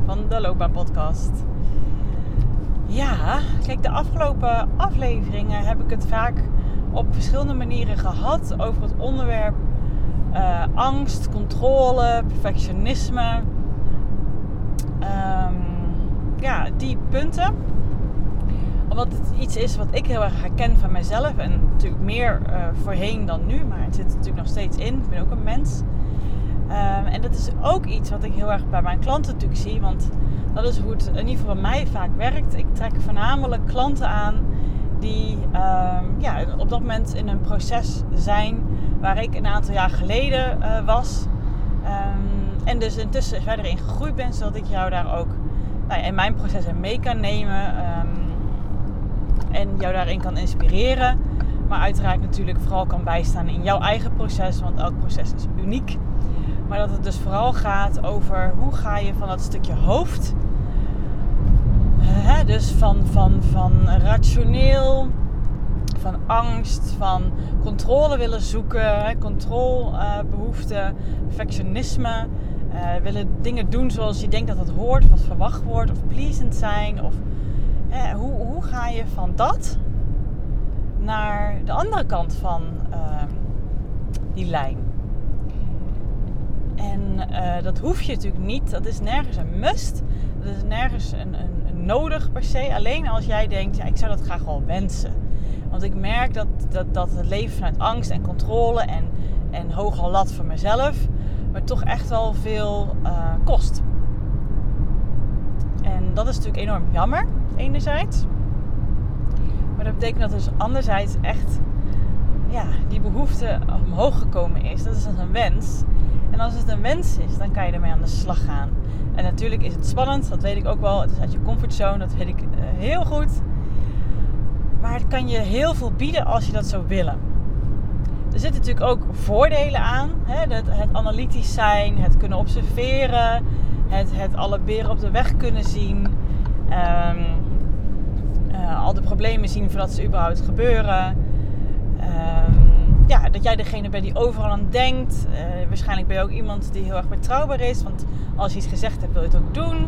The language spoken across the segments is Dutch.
van de Loopbaan-podcast. Ja, kijk, de afgelopen afleveringen heb ik het vaak op verschillende manieren gehad over het onderwerp angst, controle, perfectionisme. Die punten. Omdat het iets is wat ik heel erg herken van mezelf. En natuurlijk meer voorheen dan nu. Maar het zit er natuurlijk nog steeds in. Ik ben ook een mens. En dat is ook iets wat ik heel erg bij mijn klanten natuurlijk zie. Want dat is hoe het in ieder geval bij mij vaak werkt. Ik trek voornamelijk klanten aan die op dat moment in een proces zijn waar ik een aantal jaar geleden was. En dus intussen verder in gegroeid ben, zodat ik jou daar ook in mijn proces mee kan nemen. En jou daarin kan inspireren. Maar uiteraard natuurlijk vooral kan bijstaan in jouw eigen proces. Want elk proces is uniek. Maar dat het dus vooral gaat over hoe ga je van dat stukje hoofd. Dus van rationeel, van angst, van controle willen zoeken, controlebehoefte, perfectionisme. Willen dingen doen zoals je denkt dat het hoort, of wat verwacht wordt, of pleasend zijn. Of hoe ga je van dat naar de andere kant van die lijn? En dat hoef je natuurlijk niet. Dat is nergens een must. Dat is nergens een nodig per se. Alleen als jij denkt, ik zou dat graag wel wensen. Want ik merk dat het leven vanuit angst en controle en hoge lat voor mezelf me toch echt wel veel kost. En dat is natuurlijk enorm jammer, enerzijds. Maar dat betekent dat dus anderzijds echt die behoefte omhoog gekomen is. Dat is als een wens. En als het een wens is, dan kan je ermee aan de slag gaan. En natuurlijk is het spannend, dat weet ik ook wel. Het is uit je comfortzone, dat weet ik heel goed. Maar het kan je heel veel bieden als je dat zou willen. Er zitten natuurlijk ook voordelen aan. Het analytisch zijn, het kunnen observeren. Het alle beren op de weg kunnen zien. Al de problemen zien voordat ze überhaupt gebeuren. Dat jij degene bent die overal aan denkt. Waarschijnlijk ben je ook iemand die heel erg betrouwbaar is. Want als je iets gezegd hebt, wil je het ook doen.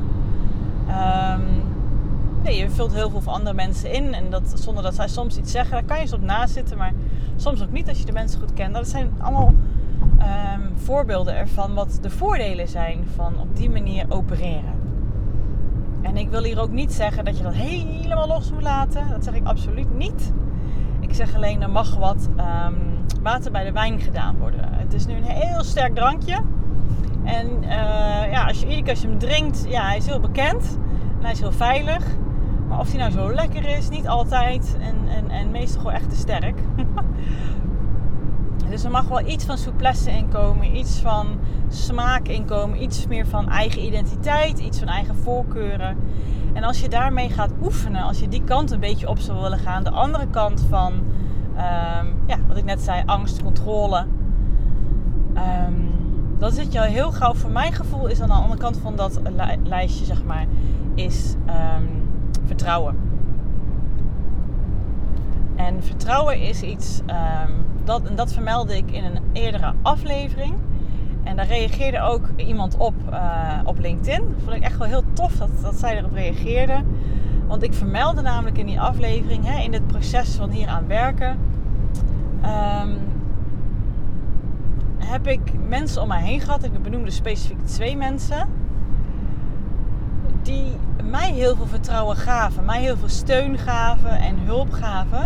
Je vult heel veel voor andere mensen in. En dat, zonder dat zij soms iets zeggen, daar kan je soms naast zitten. Maar soms ook niet als je de mensen goed kent. Dat zijn allemaal voorbeelden ervan wat de voordelen zijn van op die manier opereren. En ik wil hier ook niet zeggen dat je dat helemaal los moet laten. Dat zeg ik absoluut niet. Ik zeg alleen, er mag wat water bij de wijn gedaan worden. Het is nu een heel sterk drankje. En iedere keer als je hem drinkt, hij is heel bekend. En hij is heel veilig. Maar of hij nou zo lekker is, niet altijd. En meestal gewoon echt te sterk. Dus er mag wel iets van souplesse inkomen. Iets van smaak inkomen. Iets meer van eigen identiteit. Iets van eigen voorkeuren. En als je daarmee gaat oefenen. Als je die kant een beetje op zou willen gaan. De andere kant van, wat ik net zei, angst, controle. Dan zit je al heel gauw, voor mijn gevoel, is aan de andere kant van dat lijstje, zeg maar, is vertrouwen. En vertrouwen is iets, dat vermeldde ik in een eerdere aflevering. En daar reageerde ook iemand op LinkedIn. Dat vond ik echt wel heel tof dat zij erop reageerde. Want ik vermeldde namelijk in die aflevering, in het proces van hier aan werken, heb ik mensen om mij heen gehad. Ik benoemde specifiek 2 mensen. Die mij heel veel vertrouwen gaven. Mij heel veel steun gaven en hulp gaven.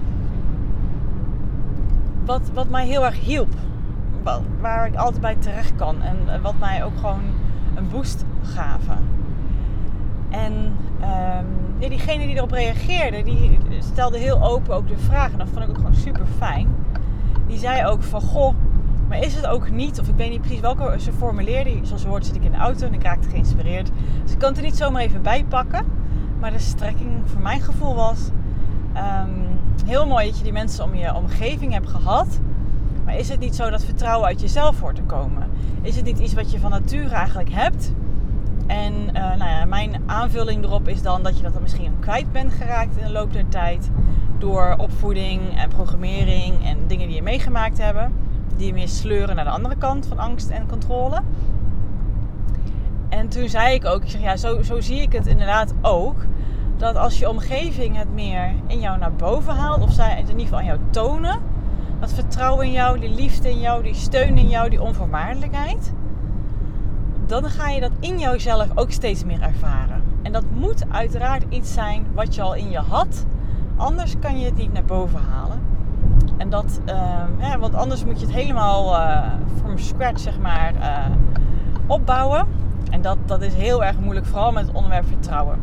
Wat mij heel erg hielp. Waar ik altijd bij terecht kan. En wat mij ook gewoon een boost gaven. En diegene die erop reageerde, die stelde heel open ook de vraag. En dat vond ik ook gewoon super fijn. Die zei ook van, goh, maar is het ook niet, of ik weet niet precies welke ze formuleerde. Zoals je hoort zit ik in de auto en ik raakte geïnspireerd. Dus ik kan het er niet zomaar even bij pakken. Maar de strekking voor mijn gevoel was, heel mooi dat je die mensen om je omgeving hebt gehad. Maar is het niet zo dat vertrouwen uit jezelf hoort te komen? Is het niet iets wat je van nature eigenlijk hebt? En mijn aanvulling erop is dan dat je dat misschien kwijt bent geraakt in de loop der tijd. Door opvoeding en programmering en dingen die je meegemaakt hebben. Die je meer sleuren naar de andere kant van angst en controle. En En toen zei ik ook, zo zie ik het inderdaad ook. Dat als je omgeving het meer in jou naar boven haalt, of zij het in ieder geval aan jou tonen, dat vertrouwen in jou, die liefde in jou, die steun in jou, die onvoorwaardelijkheid, dan ga je dat in jouzelf ook steeds meer ervaren. En dat moet uiteraard iets zijn wat je al in je had. Anders kan je het niet naar boven halen. En dat, want anders moet je het helemaal from scratch, zeg maar, opbouwen. En dat is heel erg moeilijk, vooral met het onderwerp vertrouwen.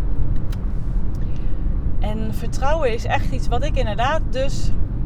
En vertrouwen is echt iets wat ik inderdaad dus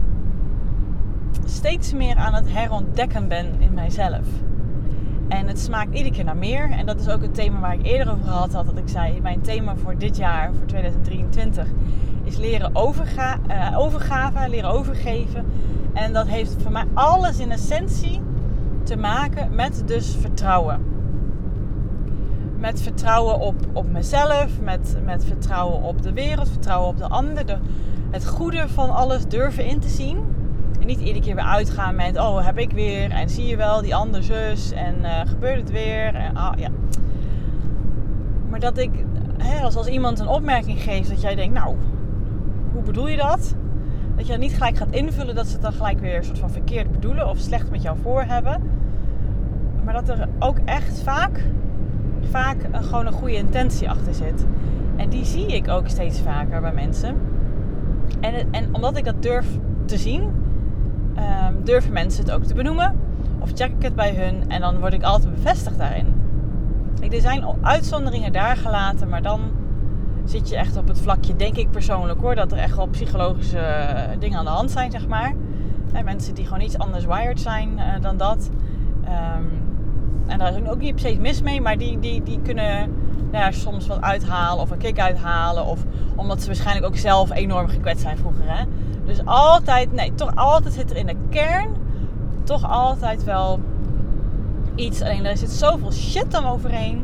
steeds meer aan het herontdekken ben in mijzelf. En het smaakt iedere keer naar meer. En dat is ook het thema waar ik eerder over gehad had. Dat ik zei, mijn thema voor dit jaar, voor 2023, is leren overgave, leren overgeven. En dat heeft voor mij alles in essentie te maken met dus vertrouwen. Met vertrouwen op mezelf, met vertrouwen op de wereld, vertrouwen op de ander. Het goede van alles durven in te zien. En niet iedere keer weer uitgaan met, oh, heb ik weer. En zie je wel, die andere zus. En gebeurt het weer. En, ja. Maar dat ik, als iemand een opmerking geeft, dat jij denkt, nou, hoe bedoel je dat? Dat je dan niet gelijk gaat invullen dat ze het dan gelijk weer een soort van verkeerd bedoelen. Of slecht met jou voor hebben. Maar dat er ook echt vaak gewoon een goede intentie achter zit. En die zie ik ook steeds vaker bij mensen. En omdat ik dat durf te zien, durven mensen het ook te benoemen. Of check ik het bij hun en dan word ik altijd bevestigd daarin. Er zijn uitzonderingen daar gelaten, maar dan zit je echt op het vlakje, denk ik persoonlijk hoor, dat er echt wel psychologische dingen aan de hand zijn, zeg maar. Mensen die gewoon iets anders wired zijn dan dat. En daar is ook niet per se mis mee, maar die kunnen soms wat uithalen of een kick uithalen. Of omdat ze waarschijnlijk ook zelf enorm gekwetst zijn vroeger. Hè? Dus toch altijd zit er in de kern toch altijd wel iets. Alleen er zit zoveel shit dan overheen.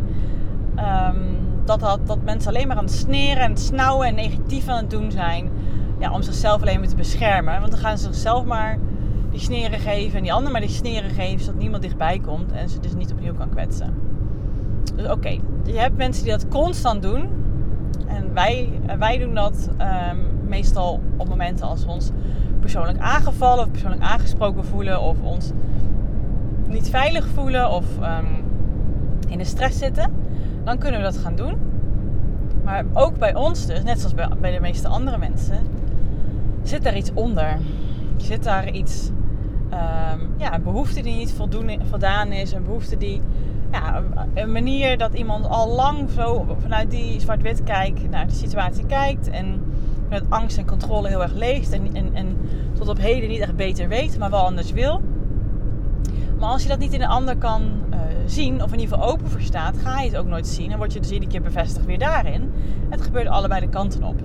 Dat mensen alleen maar aan het sneren en het snauwen en negatief aan het doen zijn. Ja, om zichzelf alleen maar te beschermen. Want dan gaan ze zichzelf maar die sneren geven en die ander maar die sneren geven, zodat niemand dichtbij komt en ze dus niet opnieuw kan kwetsen. Dus oké, je hebt mensen die dat constant doen. En wij doen dat meestal op momenten als we ons persoonlijk aangevallen of persoonlijk aangesproken voelen of ons niet veilig voelen of in de stress zitten. Dan kunnen we dat gaan doen. Maar ook bij ons dus, net zoals bij de meeste andere mensen, zit daar iets onder. Zit daar iets, een behoefte die niet voldaan is. Een behoefte die, een manier dat iemand al lang zo vanuit die zwart-wit kijk naar de situatie kijkt. En met angst en controle heel erg leeft. En tot op heden niet echt beter weet, maar wel anders wil. Maar als je dat niet in een ander kan zien, of in ieder geval open voor staat, ga je het ook nooit zien. En word je dus iedere keer bevestigd weer daarin. Het gebeurt allebei de kanten op.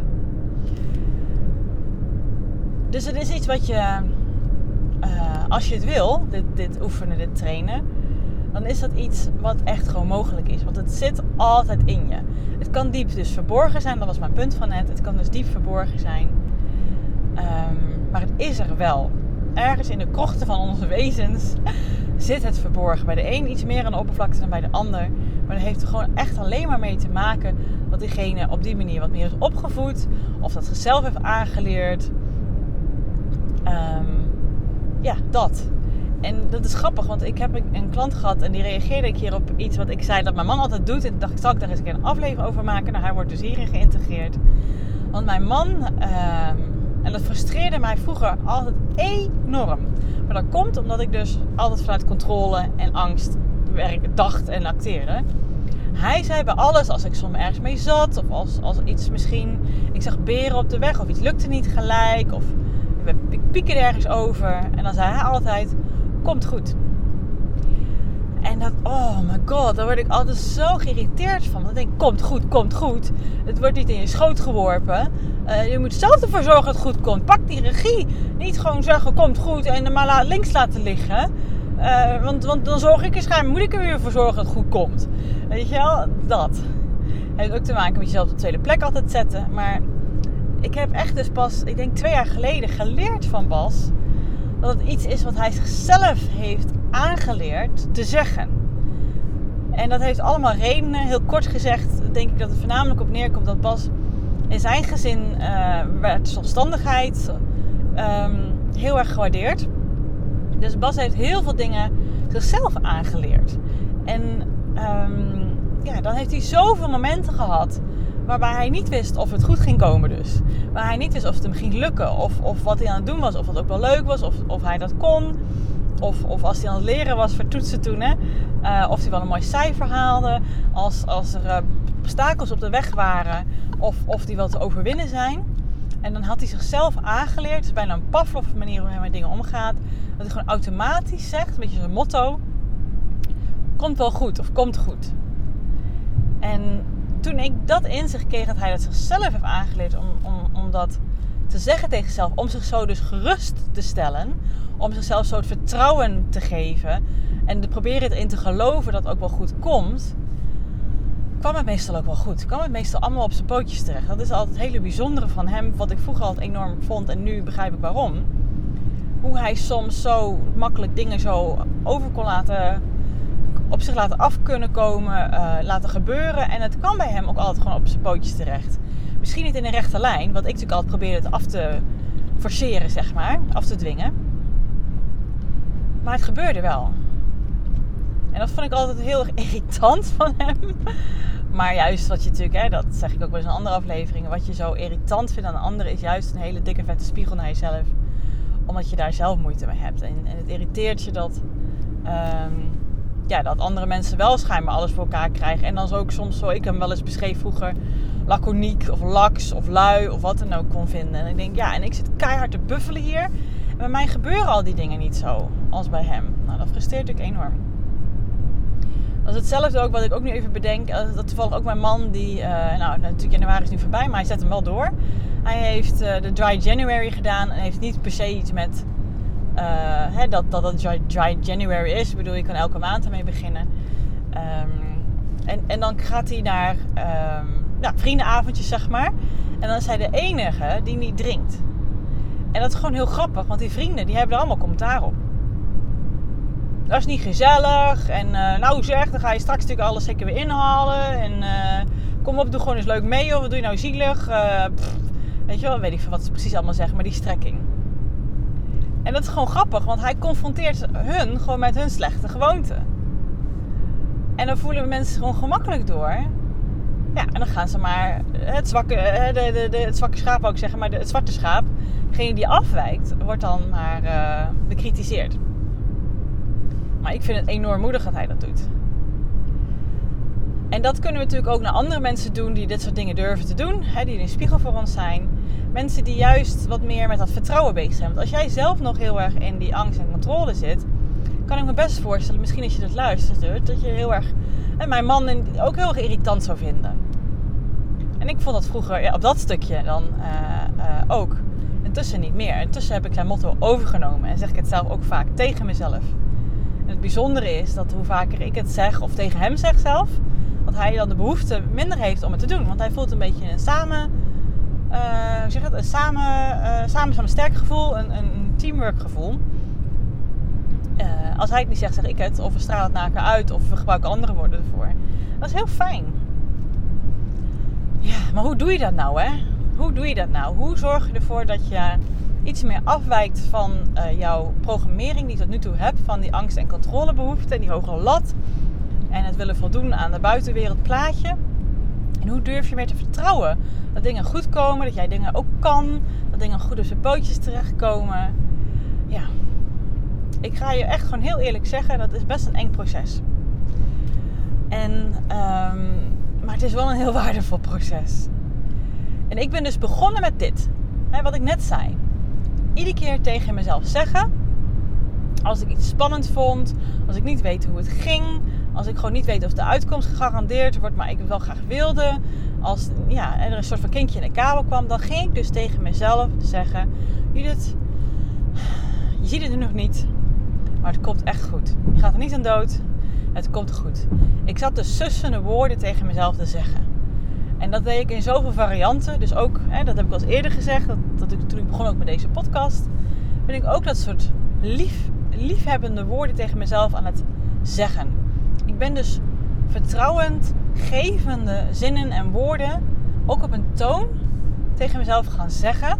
Dus het is iets wat je, als je het wil, dit oefenen, dit trainen, dan is dat iets wat echt gewoon mogelijk is. Want het zit altijd in je. Het kan diep dus verborgen zijn, dat was mijn punt van net. Het kan dus diep verborgen zijn. Maar het is er wel. Ergens in de krochten van onze wezens zit het verborgen. Bij de een iets meer aan de oppervlakte dan bij de ander. Maar dat heeft er gewoon echt alleen maar mee te maken dat diegene op die manier wat meer is opgevoed. Of dat zichzelf heeft aangeleerd. Dat. En dat is grappig, want ik heb een klant gehad en die reageerde een keer op iets wat ik zei dat mijn man altijd doet. En toen dacht ik, zal ik daar eens een keer een aflevering over maken? Nou, hij wordt dus hierin geïntegreerd. Want mijn man, en dat frustreerde mij vroeger altijd enorm. Maar dat komt omdat ik dus altijd vanuit controle en angst dacht en acteerde. Hij zei bij alles, als ik soms ergens mee zat, of als iets misschien, ik zag beren op de weg, of iets lukte niet gelijk, of ik piekerde ergens over. En dan zei hij altijd, komt goed. En dat, oh my god, daar word ik altijd zo geïrriteerd van. Want ik denk, komt goed. Het wordt niet in je schoot geworpen. Je moet zelf ervoor zorgen dat het goed komt. Pak die regie. Niet gewoon zeggen, komt goed en dan maar links laten liggen. Want dan zorg ik er schijnbaar, moet ik er weer voor zorgen dat het goed komt. Weet je wel, dat. Heeft ook te maken met jezelf op de tweede plek altijd zetten. Maar ik heb echt dus pas, ik denk 2 jaar geleden geleerd van Bas, dat het iets is wat hij zichzelf heeft aangeleerd te zeggen. En dat heeft allemaal redenen. Heel kort gezegd denk ik dat het voornamelijk op neerkomt dat Bas in zijn gezin werd zelfstandigheid heel erg gewaardeerd. Dus Bas heeft heel veel dingen zichzelf aangeleerd. En dan heeft hij zoveel momenten gehad waarbij hij niet wist of het goed ging komen dus. Waar hij niet wist of het hem ging lukken. Of wat hij aan het doen was. Of het ook wel leuk was. Of hij dat kon. Of als hij aan het leren was voor toetsen toen. Of hij wel een mooi cijfer haalde. Als er obstakels op de weg waren. Of die wel te overwinnen zijn. En dan had hij zichzelf aangeleerd. Het is bijna een Pavlov manier hoe hij met dingen omgaat. Dat hij gewoon automatisch zegt. Een beetje zijn motto. Komt wel goed. Of komt goed. En toen ik dat inzicht kreeg dat hij dat zichzelf heeft aangeleerd om dat te zeggen tegen zichzelf. Om zich zo dus gerust te stellen. Om zichzelf zo het vertrouwen te geven. En te proberen erin te geloven dat het ook wel goed komt. Kwam het meestal ook wel goed. Kwam het meestal allemaal op zijn pootjes terecht. Dat is altijd het hele bijzondere van hem. Wat ik vroeger altijd enorm vond. En nu begrijp ik waarom. Hoe hij soms zo makkelijk dingen zo over kon op zich laten af kunnen komen, laten gebeuren. En het kwam bij hem ook altijd gewoon op zijn pootjes terecht. Misschien niet in een rechte lijn, wat ik natuurlijk altijd probeerde het af te forceren, zeg maar. Af te dwingen. Maar het gebeurde wel. En dat vond ik altijd heel erg irritant van hem. Maar juist wat je natuurlijk, dat zeg ik ook wel eens in andere afleveringen. Wat je zo irritant vindt aan de anderen is juist een hele dikke vette spiegel naar jezelf. Omdat je daar zelf moeite mee hebt. En het irriteert je dat dat andere mensen wel schijnbaar alles voor elkaar krijgen. En dan ook soms, zoals ik hem wel eens beschreef vroeger, laconiek of laks of lui of wat dan ook kon vinden. En ik denk, en ik zit keihard te buffelen hier. En bij mij gebeuren al die dingen niet zo als bij hem. Nou, dat frustreert natuurlijk enorm. Dat is hetzelfde ook wat ik ook nu even bedenk. Dat toevallig ook mijn man, die, natuurlijk januari is nu voorbij, maar hij zet hem wel door. Hij heeft de Dry January gedaan en heeft niet per se iets met dat Dry January is. Ik bedoel, je kan elke maand ermee beginnen. En dan gaat hij naar vriendenavondjes, zeg maar. En dan is hij de enige die niet drinkt. En dat is gewoon heel grappig, want die vrienden die hebben er allemaal commentaar op. Dat is niet gezellig. En dan ga je straks natuurlijk alles zeker weer inhalen. En kom op, doe gewoon eens leuk mee. Of wat doe je nou zielig? Weet je wel, weet ik veel wat ze precies allemaal zeggen. Maar die strekking. En dat is gewoon grappig, want hij confronteert hun gewoon met hun slechte gewoonten. En dan voelen mensen gewoon gemakkelijk door. Ja, en dan gaan ze maar het zwakke schaap ook zeggen, maar het zwarte schaap, degene die afwijkt, wordt dan maar bekritiseerd. Maar ik vind het enorm moedig dat hij dat doet. En dat kunnen we natuurlijk ook naar andere mensen doen die dit soort dingen durven te doen. Die een spiegel voor ons zijn. Mensen die juist wat meer met dat vertrouwen bezig zijn. Want als jij zelf nog heel erg in die angst en controle zit, kan ik me best voorstellen, misschien als je dat luistert, dat je heel erg, mijn man ook heel erg irritant zou vinden. En ik vond dat vroeger, op dat stukje dan ook. Intussen niet meer. Intussen heb ik zijn motto overgenomen en zeg ik het zelf ook vaak tegen mezelf. En het bijzondere is dat hoe vaker ik het zeg of tegen hem zeg zelf, dat hij dan de behoefte minder heeft om het te doen. Want hij voelt een beetje een samen sterk gevoel, een teamwork gevoel. Als hij het niet zegt, zeg ik het. Of we stralen het naar elkaar uit. Of we gebruiken andere woorden ervoor. Dat is heel fijn. Ja, maar hoe doe je dat nou, hè? Hoe doe je dat nou? Hoe zorg je ervoor dat je iets meer afwijkt van jouw programmering die je tot nu toe hebt. Van die angst- en controlebehoefte. En die hogere lat. En het willen voldoen aan de buitenwereld plaatje. En hoe durf je meer te vertrouwen? Dat dingen goed komen. Dat jij dingen ook kan. Dat dingen goed op zijn pootjes terechtkomen. Ja. Ik ga je echt gewoon heel eerlijk zeggen. Dat is best een eng proces. Maar het is wel een heel waardevol proces. En ik ben dus begonnen met dit. Wat ik net zei. Iedere keer tegen mezelf zeggen. Als ik iets spannend vond. Als ik niet weet hoe het ging. Als ik gewoon niet weet of de uitkomst gegarandeerd wordt. Maar ik het wel graag wilde. Als er een soort van kindje in de kabel kwam. Dan ging ik dus tegen mezelf zeggen. Judith. Je ziet het nu nog niet. Maar het komt echt goed. Je gaat er niet aan dood. Het komt goed. Ik zat dus sussende woorden tegen mezelf te zeggen. En dat deed ik in zoveel varianten. Dus ook, dat heb ik al eens eerder gezegd. Toen ik begon ook met deze podcast. Ben ik ook dat soort liefhebbende woorden tegen mezelf aan het zeggen. Ik ben dus vertrouwend gevende zinnen en woorden, ook op een toon, tegen mezelf gaan zeggen,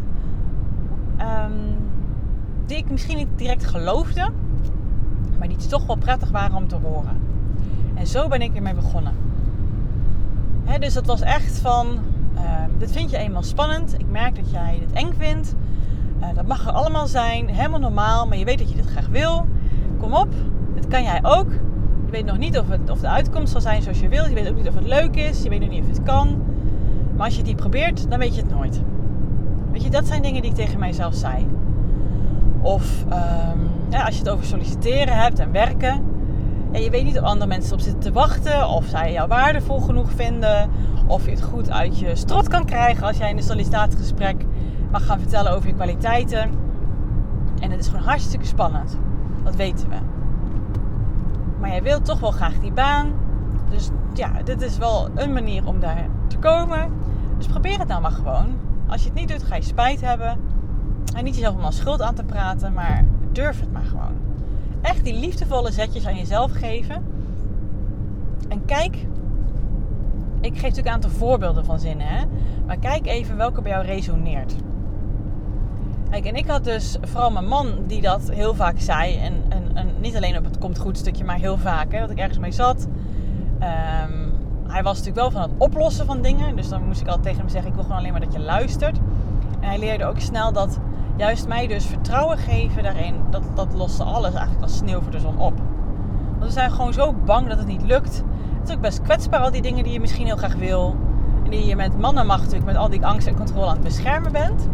die ik misschien niet direct geloofde, maar die toch wel prettig waren om te horen. En zo ben ik ermee begonnen. Dus dat was echt van, dit vind je eenmaal spannend. Ik merk dat jij dit eng vindt. Dat mag er allemaal zijn, helemaal normaal, maar je weet dat je dit graag wil. Kom op, dit kan jij ook. Je weet nog niet of de uitkomst zal zijn zoals je wilt. Je weet ook niet of het leuk is. Je weet nog niet of het kan. Maar als je het niet probeert, dan weet je het nooit. Weet je, dat zijn dingen die ik tegen mijzelf zei. Of als je het over solliciteren hebt en werken. En je weet niet of andere mensen op zitten te wachten. Of zij jou waardevol genoeg vinden. Of je het goed uit je strot kan krijgen als jij in een sollicitatiegesprek mag gaan vertellen over je kwaliteiten. En het is gewoon hartstikke spannend. Dat weten we. Maar jij wilt toch wel graag die baan. Dus ja, dit is wel een manier om daar te komen. Dus probeer het nou maar gewoon. Als je het niet doet, ga je spijt hebben. En niet jezelf om al schuld aan te praten, maar durf het maar gewoon. Echt die liefdevolle zetjes aan jezelf geven. En kijk, ik geef natuurlijk een aantal voorbeelden van zinnen, hè? Maar kijk even welke bij jou resoneert. Kijk, en ik had dus vooral mijn man die dat heel vaak zei. En niet alleen op het komt goed stukje, maar heel vaak. Hè, dat ik ergens mee zat. Hij was natuurlijk wel van het oplossen van dingen. Dus dan moest ik altijd tegen hem zeggen, ik wil gewoon alleen maar dat je luistert. En hij leerde ook snel dat juist mij dus vertrouwen geven daarin. Dat loste alles eigenlijk als sneeuw voor de zon op. Want we zijn gewoon zo bang dat het niet lukt. Het is ook best kwetsbaar, al die dingen die je misschien heel graag wil. En die je met mannenmacht natuurlijk met al die angst en controle aan het beschermen bent.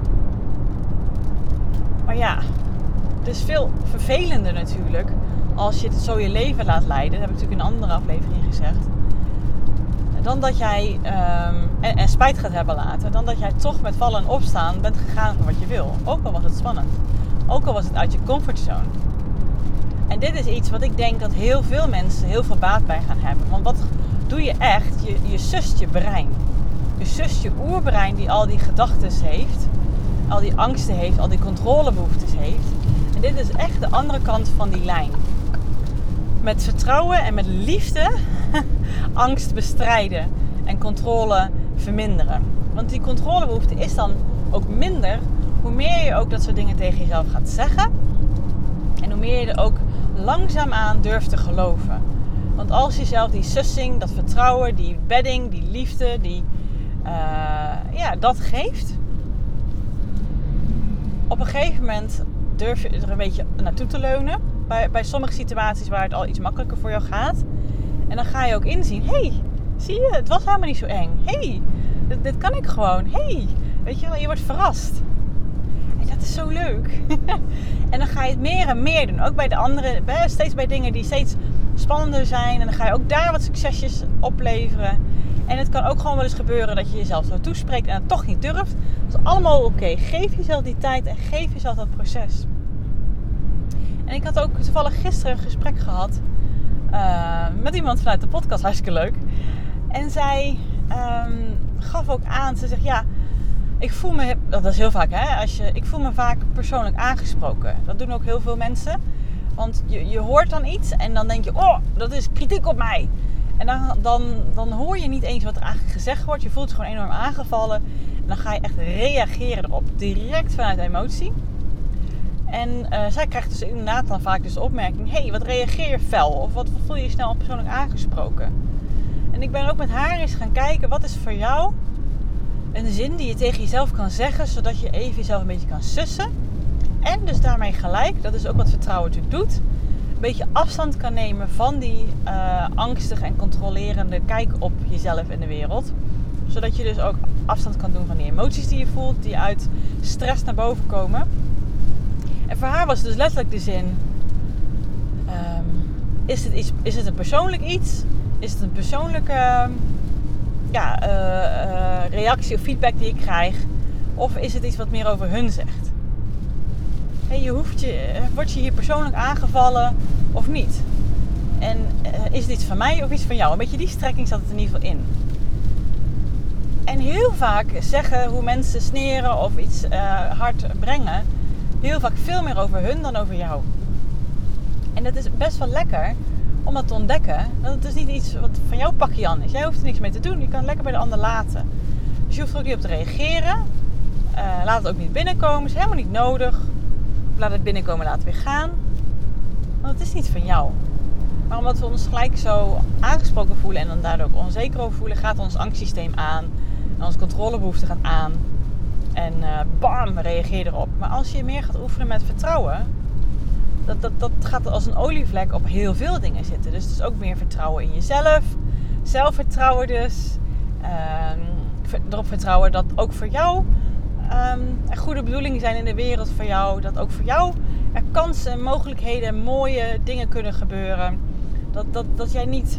Maar ja, het is veel vervelender natuurlijk als je het zo je leven laat leiden. Dat heb ik natuurlijk in een andere aflevering gezegd. Dan dat jij, en spijt gaat hebben later, dan dat jij toch met vallen en opstaan bent gegaan voor wat je wil. Ook al was het spannend. Ook al was het uit je comfortzone. En dit is iets wat ik denk dat heel veel mensen heel veel baat bij gaan hebben. Want wat doe je echt? Je sust je brein. Je sust je oerbrein die al die gedachten heeft. Al die angsten heeft, al die controlebehoeftes heeft. En dit is echt de andere kant van die lijn. Met vertrouwen en met liefde angst bestrijden en controle verminderen. Want die controlebehoefte is dan ook minder hoe meer je ook dat soort dingen tegen jezelf gaat zeggen. En hoe meer je er ook langzaamaan durft te geloven. Want als je zelf die sussing, dat vertrouwen, die bedding, die liefde, dat geeft. Op een gegeven moment durf je er een beetje naartoe te leunen. Bij sommige situaties waar het al iets makkelijker voor jou gaat. En dan ga je ook inzien. Hé, zie je, het was helemaal niet zo eng. Hé, dit kan ik gewoon. Hé, weet je wel, je wordt verrast. En dat is zo leuk. En dan ga je het meer en meer doen. Ook bij de andere, steeds bij dingen die steeds spannender zijn. En dan ga je ook daar wat succesjes opleveren. En het kan ook gewoon wel eens gebeuren dat je jezelf zo toespreekt en het toch niet durft. Dat is allemaal oké. Geef jezelf die tijd en geef jezelf dat proces. En ik had ook toevallig gisteren een gesprek gehad met iemand vanuit de podcast. Hartstikke leuk. En zij gaf ook aan, ze zegt ja, ik voel me, dat is heel vaak hè, ik voel me vaak persoonlijk aangesproken. Dat doen ook heel veel mensen. Want je hoort dan iets en dan denk je, oh, dat is kritiek op mij. En dan hoor je niet eens wat er eigenlijk gezegd wordt. Je voelt je gewoon enorm aangevallen. En dan ga je echt reageren erop. Direct vanuit emotie. En zij krijgt dus inderdaad dan vaak dus de opmerking. Hé, wat reageer je fel? Of wat voel je je snel persoonlijk aangesproken? En ik ben ook met haar eens gaan kijken. Wat is voor jou een zin die je tegen jezelf kan zeggen. Zodat je even jezelf een beetje kan sussen. En dus daarmee gelijk, dat is ook wat vertrouwen natuurlijk doet. Een beetje afstand kan nemen van die angstige en controlerende kijk op jezelf en de wereld. Zodat je dus ook afstand kan doen van die emoties die je voelt. Die uit stress naar boven komen. En voor haar was het dus letterlijk de zin. Is het een persoonlijk iets? Is het een persoonlijke reactie of feedback die ik krijg? Of is het iets wat meer over hun zegt? Word je hier persoonlijk aangevallen of niet? En is het iets van mij of iets van jou? Een beetje die strekking zat het in ieder geval in. En heel vaak zeggen hoe mensen sneren of iets hard brengen. Heel vaak veel meer over hun dan over jou. En dat is best wel lekker om dat te ontdekken. Dat het dus niet iets wat van jouw pakje aan is. Jij hoeft er niks mee te doen. Je kan het lekker bij de ander laten. Dus je hoeft er ook niet op te reageren. Laat het ook niet binnenkomen. Is helemaal niet nodig. Laat het binnenkomen, laat het weer gaan. Want het is niet van jou. Maar omdat we ons gelijk zo aangesproken voelen en dan daardoor ook onzeker over voelen, gaat ons angstsysteem aan. En onze controlebehoefte gaat aan. En bam, reageer erop. Maar als je meer gaat oefenen met vertrouwen, dat gaat als een olievlek op heel veel dingen zitten. Dus het is ook meer vertrouwen in jezelf. Zelfvertrouwen dus. Erop vertrouwen dat ook voor jou er goede bedoelingen zijn in de wereld voor jou. Dat ook voor jou er kansen en mogelijkheden en mooie dingen kunnen gebeuren. Dat jij niet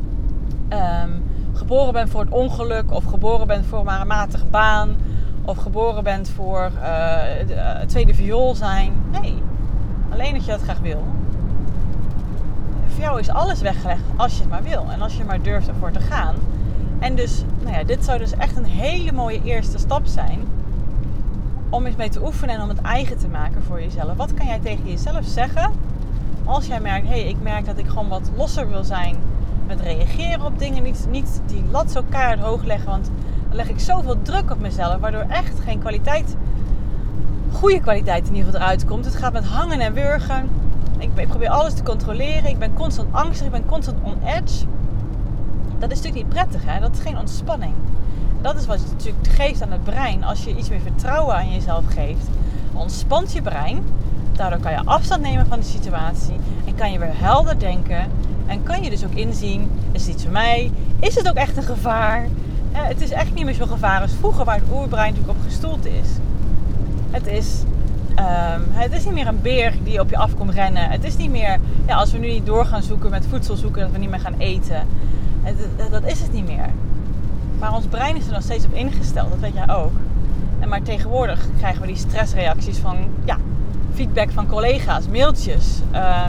geboren bent voor het ongeluk. Of geboren bent voor maar een matige baan. Of geboren bent voor het tweede viool zijn. Nee, alleen dat je dat graag wil. Voor jou is alles weggelegd als je het maar wil. En als je maar durft ervoor te gaan. En dus, dit zou dus echt een hele mooie eerste stap zijn. Om eens mee te oefenen en om het eigen te maken voor jezelf. Wat kan jij tegen jezelf zeggen? Als jij merkt, ik merk dat ik gewoon wat losser wil zijn. Met reageren op dingen. Niet die lat zo keihard hoog leggen. Want dan leg ik zoveel druk op mezelf. Waardoor echt geen goede kwaliteit in ieder geval eruit komt. Het gaat met hangen en wurgen. Ik probeer alles te controleren. Ik ben constant angstig. Ik ben constant on edge. Dat is natuurlijk niet prettig. Hè? Dat is geen ontspanning. Dat is wat je natuurlijk geeft aan het brein. Als je iets meer vertrouwen aan jezelf geeft. Ontspant je brein. Daardoor kan je afstand nemen van de situatie. En kan je weer helder denken. En kan je dus ook inzien. Is het iets voor mij? Is het ook echt een gevaar? Het is echt niet meer zo'n gevaar als vroeger. Waar het oerbrein natuurlijk op gestoeld is. Het is niet meer een beer die op je af komt rennen. Het is niet meer, als we nu niet door gaan zoeken met voedsel zoeken, dat we niet meer gaan eten. Dat is het niet meer. Maar ons brein is er nog steeds op ingesteld, dat weet jij ook. Maar tegenwoordig krijgen we die stressreacties van, feedback van collega's, mailtjes.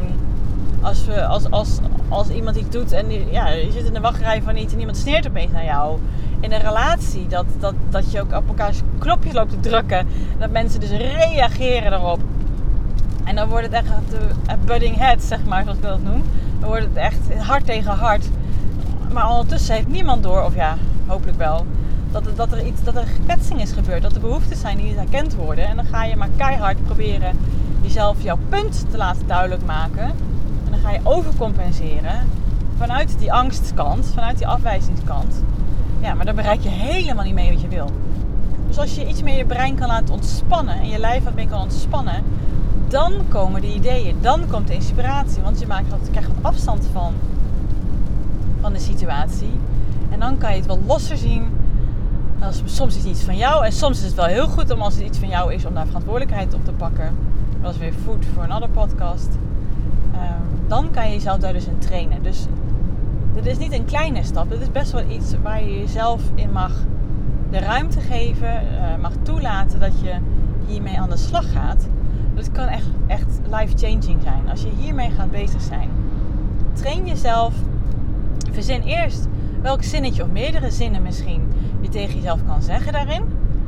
Als iemand iets doet en je zit in de wachtrij van iets en iemand sneert opeens naar jou. In een relatie, dat je ook op elkaars knopjes loopt te drukken. En dat mensen dus reageren daarop. En dan wordt het echt butting heads, zeg maar, zoals ik dat noem. Dan wordt het echt hard tegen hard. Maar ondertussen heeft niemand door, of hopelijk wel, dat er kwetsing is gebeurd. Dat er behoeftes zijn die niet herkend worden. En dan ga je maar keihard proberen jezelf jouw punt te laten duidelijk maken. En dan ga je overcompenseren vanuit die angstkant, vanuit die afwijzingskant. Ja, maar dan bereik je helemaal niet mee wat je wil. Dus als je iets meer je brein kan laten ontspannen en je lijf wat meer kan ontspannen, dan komen de ideeën, dan komt de inspiratie. Want je krijgt wat afstand van de situatie. En dan kan je het wel losser zien. Soms is het iets van jou en soms is het wel heel goed om als het iets van jou is om daar verantwoordelijkheid op te pakken. Dat is weer food voor een andere podcast. Dan kan je jezelf daar dus in trainen. Dus dit is niet een kleine stap. Dit is best wel iets waar je jezelf in mag de ruimte geven. Mag toelaten dat je hiermee aan de slag gaat. Dat kan echt life-changing zijn. Als je hiermee gaat bezig zijn. Train jezelf. Verzin eerst welk zinnetje of meerdere zinnen misschien je tegen jezelf kan zeggen daarin.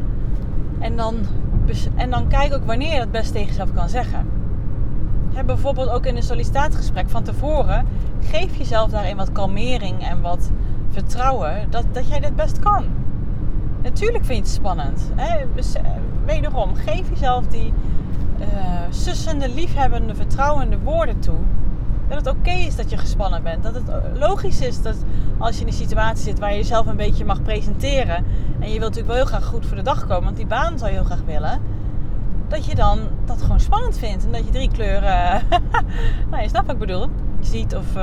En dan kijk ook wanneer je dat best tegen jezelf kan zeggen. Bijvoorbeeld ook in een sollicitatiegesprek van tevoren. Geef jezelf daarin wat kalmering en wat vertrouwen dat jij dit best kan. Natuurlijk vind je het spannend. Dus, wederom, geef jezelf die sussende, liefhebbende, vertrouwende woorden toe. Dat het oké is dat je gespannen bent. Dat het logisch is dat als je in een situatie zit waar je jezelf een beetje mag presenteren. En je wilt natuurlijk wel heel graag goed voor de dag komen. Want die baan zou je heel graag willen. Dat je dan dat gewoon spannend vindt. En dat je 3 kleuren... je snapt wat ik bedoel. Ziet of...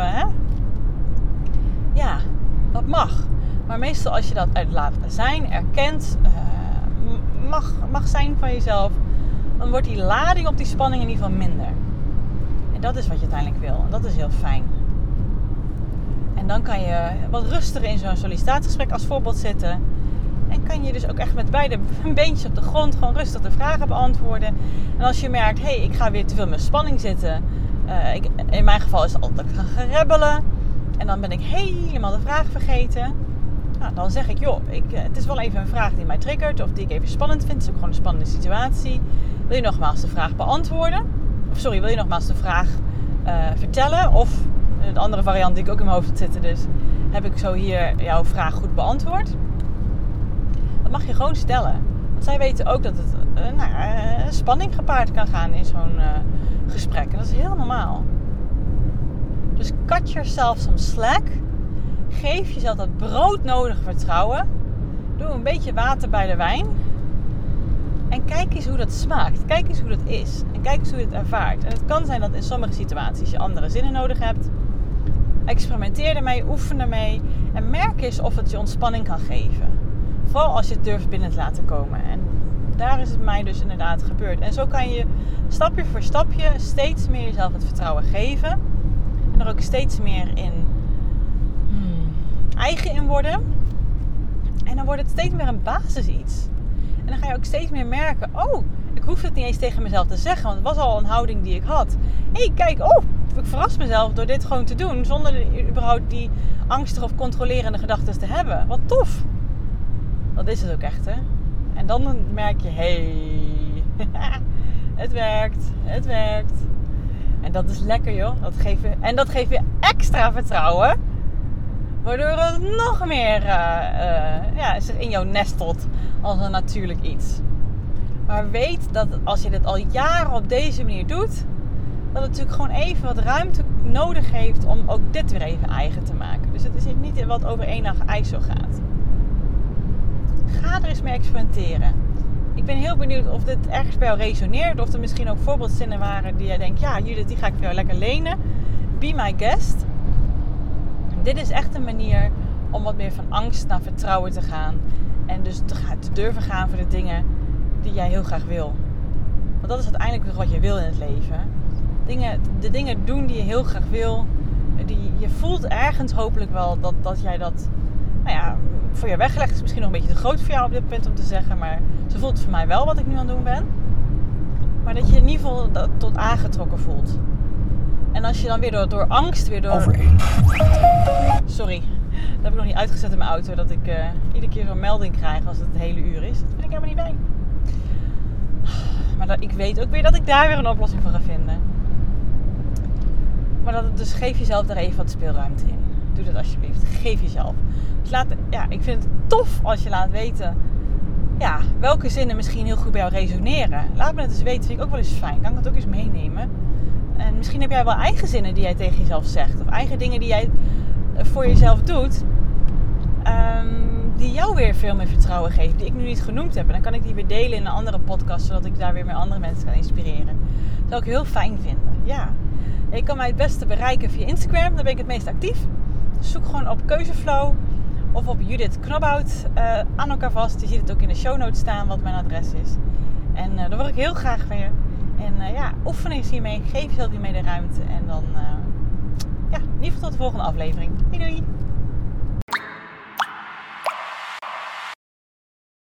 dat mag. Maar meestal als je dat uit laat zijn, erkent... mag zijn van jezelf... dan wordt die lading op die spanning in ieder geval minder. En dat is wat je uiteindelijk wil. En dat is heel fijn. En dan kan je wat rustiger in zo'n sollicitatiegesprek als voorbeeld zitten. En kan je dus ook echt met beide beentjes op de grond gewoon rustig de vragen beantwoorden. En als je merkt, ik ga weer te veel met spanning zitten. In mijn geval is het altijd dat ik ga rebbelen. En dan ben ik helemaal de vraag vergeten. Nou, dan zeg ik, het is wel even een vraag die mij triggert. Of die ik even spannend vind. Het is ook gewoon een spannende situatie. Wil je nogmaals de vraag beantwoorden? Wil je nogmaals de vraag vertellen? Of De andere variant die ik ook in mijn hoofd had zitten. Dus heb ik zo hier jouw vraag goed beantwoord. Dat mag je gewoon stellen. Want zij weten ook dat het spanning gepaard kan gaan in zo'n gesprek. En dat is heel normaal. Dus cut yourself some slack. Geef jezelf dat broodnodige vertrouwen. Doe een beetje water bij de wijn. En kijk eens hoe dat smaakt. Kijk eens hoe dat is. En kijk eens hoe je het ervaart. En het kan zijn dat in sommige situaties je andere zinnen nodig hebt. Experimenteer ermee, oefen ermee. En merk eens of het je ontspanning kan geven. Vooral als je het durft binnen te laten komen. En daar is het mij dus inderdaad gebeurd. En zo kan je stapje voor stapje steeds meer jezelf het vertrouwen geven. En er ook steeds meer in eigen in worden. En dan wordt het steeds meer een basis iets. En dan ga je ook steeds meer merken, ik hoef het niet eens tegen mezelf te zeggen. Want het was al een houding die ik had. Kijk, ik verras mezelf door dit gewoon te doen. Zonder überhaupt die angstige of controlerende gedachten te hebben. Wat tof. Dat is het ook echt, hè. En dan merk je, het werkt. En dat is lekker, joh. Dat geeft je extra vertrouwen. Waardoor het nog meer zich in jou nestelt als een natuurlijk iets. Maar weet dat als je dit al jaren op deze manier doet, dat het natuurlijk gewoon even wat ruimte nodig heeft om ook dit weer even eigen te maken. Dus het is niet wat over één dag ijs zo gaat. Ga er eens mee experimenteren. Ik ben heel benieuwd of dit ergens bij jou resoneert. Of er misschien ook voorbeeldzinnen waren die jij denkt, ja Judith, die ga ik voor jou lekker lenen. Be my guest. Dit is echt een manier om wat meer van angst naar vertrouwen te gaan. En dus te durven gaan voor de dingen die jij heel graag wil. Want dat is uiteindelijk wat je wil in het leven. De dingen doen die je heel graag wil. Je voelt ergens hopelijk wel dat jij dat voor je weggelegd is. Misschien nog een beetje te groot voor jou op dit punt om te zeggen. Maar zo voelt het voor mij wel wat ik nu aan het doen ben. Maar dat je in ieder geval dat tot aangetrokken voelt. En als je dan weer door angst, Sorry, dat heb ik nog niet uitgezet in mijn auto. Dat ik iedere keer zo'n melding krijg als het hele uur is. Dat vind ik helemaal niet fijn. Maar ik weet ook weer dat ik daar weer een oplossing voor ga vinden. Maar dus geef jezelf daar even wat speelruimte in. Doe dat alsjeblieft. Geef jezelf. Dus ik vind het tof als je laat weten welke zinnen misschien heel goed bij jou resoneren. Laat me het eens weten. Vind ik ook wel eens fijn. Kan ik dat ook eens meenemen? En misschien heb jij wel eigen zinnen die jij tegen jezelf zegt. Of eigen dingen die jij voor jezelf doet. Die jou weer veel meer vertrouwen geven. Die ik nu niet genoemd heb. En dan kan ik die weer delen in een andere podcast. Zodat ik daar weer meer andere mensen kan inspireren. Dat zou ik heel fijn vinden. Ja. Je kan mij het beste bereiken via Instagram. Daar ben ik het meest actief. Zoek gewoon op Keuzeflow. Of op Judith Knobhout aan elkaar vast. Je ziet het ook in de show notes staan wat mijn adres is. En dan word ik heel graag van je. En oefen eens hiermee. Geef jezelf hiermee de ruimte. En dan in ieder geval tot de volgende aflevering. Doei doei!